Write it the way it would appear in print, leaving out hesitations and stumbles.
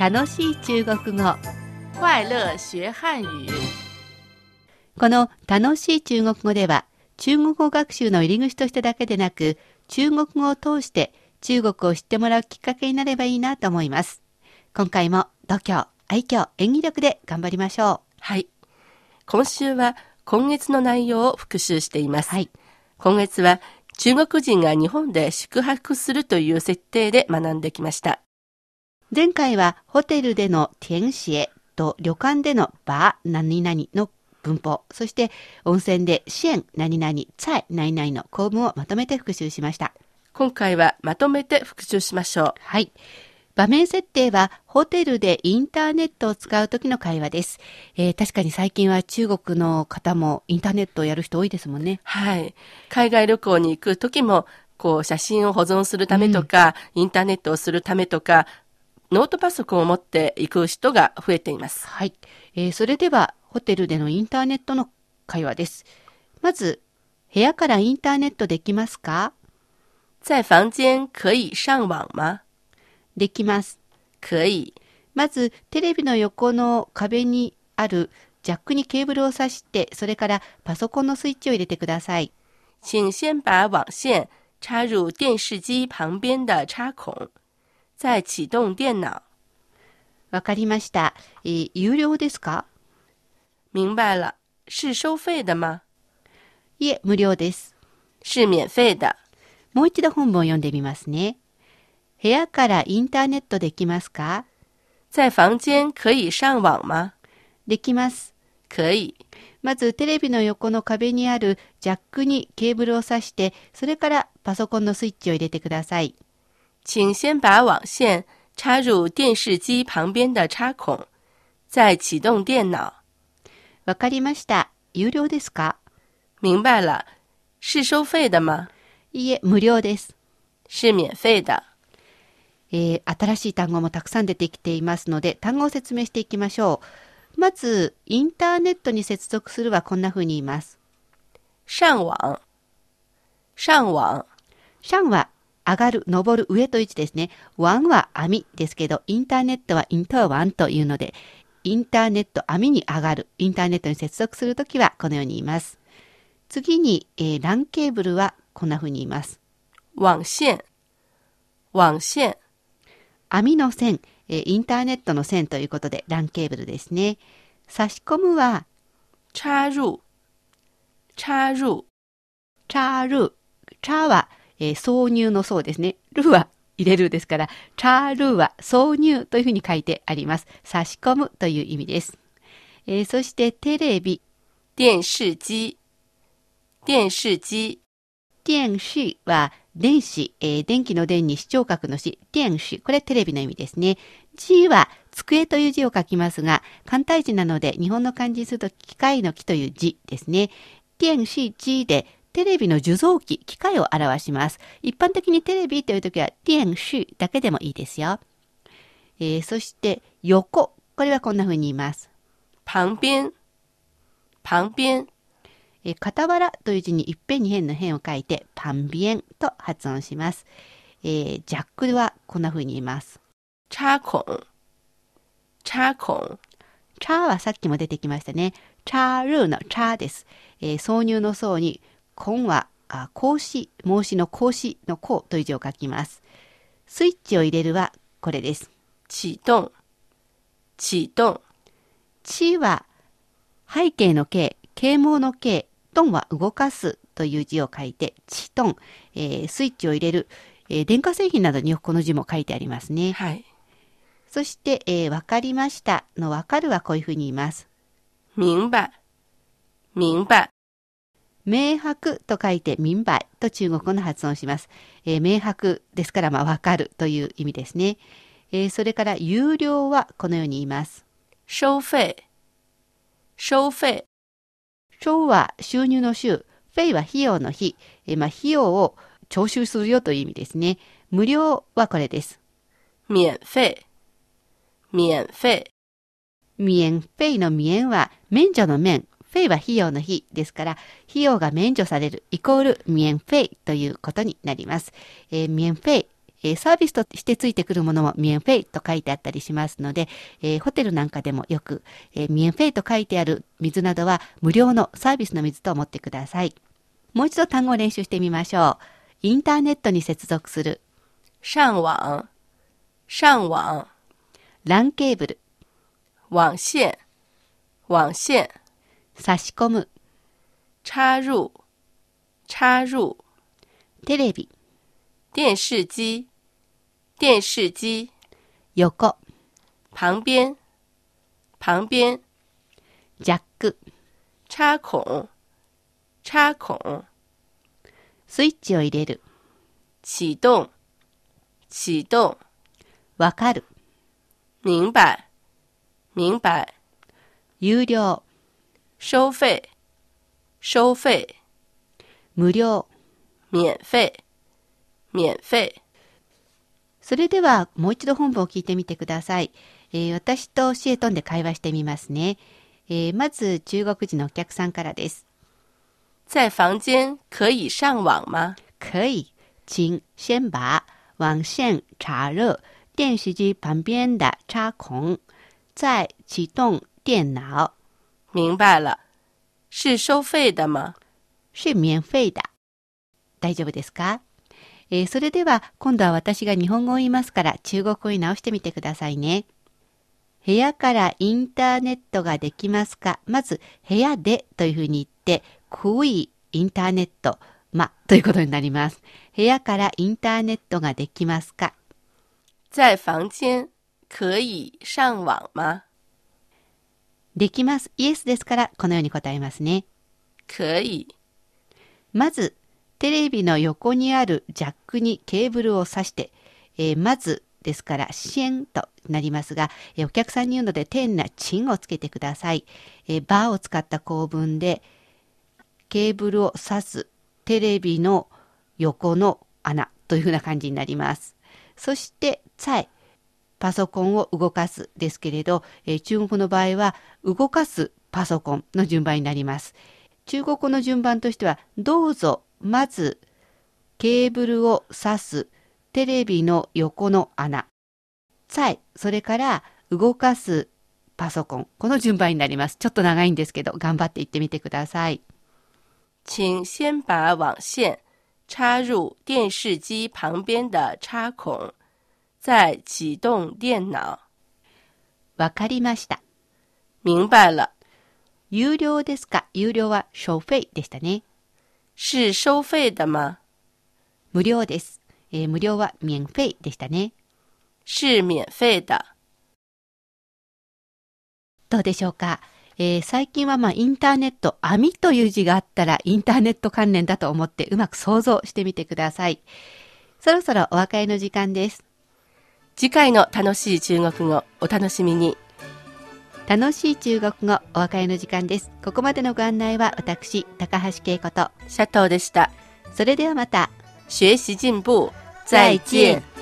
楽しい中国語。 快乐学汉语。 この楽しい中国語では、中国語学習の入り口としてだけでなく、中国語を通して中国を知ってもらうきっかけになればいいなと思います。今回も度胸、愛嬌、演技力で頑張りましょう。 はい。今週は今月の内容を復習しています。 はい。 今月は中国人が日本で宿泊するという設定で学んできました。 前回はホテルでの填写と旅館でのバー何々の文法、そして温泉で支援何々、菜何々の構文をまとめて復習しました。 今回はまとめて復習しましょう。 はい。場面設定はホテルでインターネットを使う時の会話です。確かに最近は中国の方もインターネットをやる人多いですもんね。 はい。海外旅行に行く時も、写真を保存するためとか、インターネットをするためとか、ノートパソコンを持って行く人が増えています。 はい。それではホテルでのインターネットの会話です。まず、部屋からインターネットできますか？ 在房間可以上網嗎？ できます。 可以。 まず、テレビの横の壁にあるジャックにケーブルを挿して、それからパソコンのスイッチを入れてください。 請先把網線插入電視機旁邊的插孔。再啟動電腦。 わかりました。有料ですか？ 明白了。是收費的嗎？ いえ、無料です。 是免費的。 もう一度本文を読んでみますね。部屋からインターネットできますか？ 在房間可以上網嗎？ できます。 可以。 まずテレビの横の壁にあるジャックにケーブルを挿して、それからパソコンのスイッチを入れてください。 請先把網線插入電視機旁邊的插孔。再啟動電腦。 わかりました。有料ですか？ 明白了。是收費的嗎？ いいえ、無料です。 是免費的。 新しい単語もたくさん出てきていますので、単語を説明していきましょう。まず、インターネットに接続するはこんな風に言います。 上網。上網。 上は上がる、登る、上という位置ですね。網は網ですけど、インターネットはインターワンというので、インターネット、網に上がる、インターネットに接続するときはこのように言います。次に、LAN ケーブルはこんな風に言います。 網線。網線。 網の線、インターネットの線ということで LAN ケーブルですね。差し込むは插入。插入。 插入。插は、挿入の挿ですね。るは入れるですから、插入は挿入というふうに書いてあります。差し込むという意味です。そしてテレビ。 電視機。電視機。 電視は電子、電気の電に視聴覚の視、電視、これテレビの意味ですね。字は机という字を書きますが、簡体字なので日本の漢字にすると機械の機という字ですね。電視機でテレビの受像機、機械を表します。一般的にテレビというときは電視だけでもいいですよ。そして横、これはこんな風に言います。 旁邊。旁邊。 傍らという字に一辺二辺の辺を書いて、旁邊と発音します。ジャックはこんな風に言います。 插孔。插孔。 插はさっきも出てきましたね。插入の插です。挿入の挿に、孔は格子、孟子の格子の項という字を書きます。スイッチを入れるはこれです。 啟動。啟動。 地は背景の景、啓蒙の景、トンは動かすという字を書いて、チトン、スイッチを入れる、電化製品などによくこの字も書いてありますね。 はい。 そして、わかりましたのわかるはこういうふうに言います。 明白。明白。 明白と書いて明白と中国語の発音をします。明白ですからわかるという意味ですね。それから有料はこのように言います。 收費。收費。 收は収入の収、費は費用の費、費用を徴収するよという意味ですね。無料はこれです。 免費。免費。 免費の免は免除の免、費は費用の費ですから、費用が免除されるイコール免費ということになります。免費、 サービスとしてついてくるものも免費と書いてあったりしますので、ホテルなんかでもよく、免費と書いてある水などは無料のサービスの水と思ってください。もう一度単語を練習してみましょう。インターネットに接続する。 上網、上網。 LAN ケーブル。 網線、網線。 差し込む。 插入、插入。 テレビ。 電視機、電視機。 横。 旁邊、旁邊。 ジャック。 插孔、插孔。 スイッチを入れる。 啟動、啟動。 わかる。 明白、明白。 有料。 收費、收費。 無料。 免費、免費。 それではもう一度本文を聞いてみてください。私とシエトンで会話してみますね。まず中国人のお客さんからです。 在房間可以上網嗎？ 可以，請先把網線插入電視機旁邊的插孔，再啟動電腦。 明白了。是收費的嗎？ 是免費的。大丈夫ですか？それでは今度は私が日本語を言いますから中国語に直してみてくださいね。部屋からインターネットができますか？まず部屋でというふうに言って、可以インターネット、ということになります。部屋からインターネットができますか？ 在房間可以上網嗎？ できます。イエスですからこのように答えますね。 可以。 まずテレビの横にあるジャックにケーブルを挿して、まずですから支援となりますが、お客さんに言うので丁寧なチンをつけてください。バーを使った構文でケーブルを挿すテレビの横の穴というふうな感じになります。そしてパソコンを動かすですけれど、中国語の場合は動かすパソコンの順番になります。中国語の順番としてはどうぞまずケーブルを挿すテレビの横の穴、それから動かすパソコン、この順番になります。ちょっと長いんですけど頑張って言ってみてください。 請先把網線插入電視機旁邊的插孔，再啟動電腦。 わかりました。 明白了。 有料ですか？有料は收費でしたね。 是收費的嗎？ 無料です。無料は免費でしたね。 是免費的。 どうでしょうか？最近はインターネット、網という字があったらインターネット関連だと思ってうまく想像してみてください。そろそろお別れの時間です。 次回の楽しい中国語お楽しみに。 楽しい中国語お別れの時間です。ここまでのご案内は私高橋恵子とシャトーでした。 それではまた。 学習進步再見。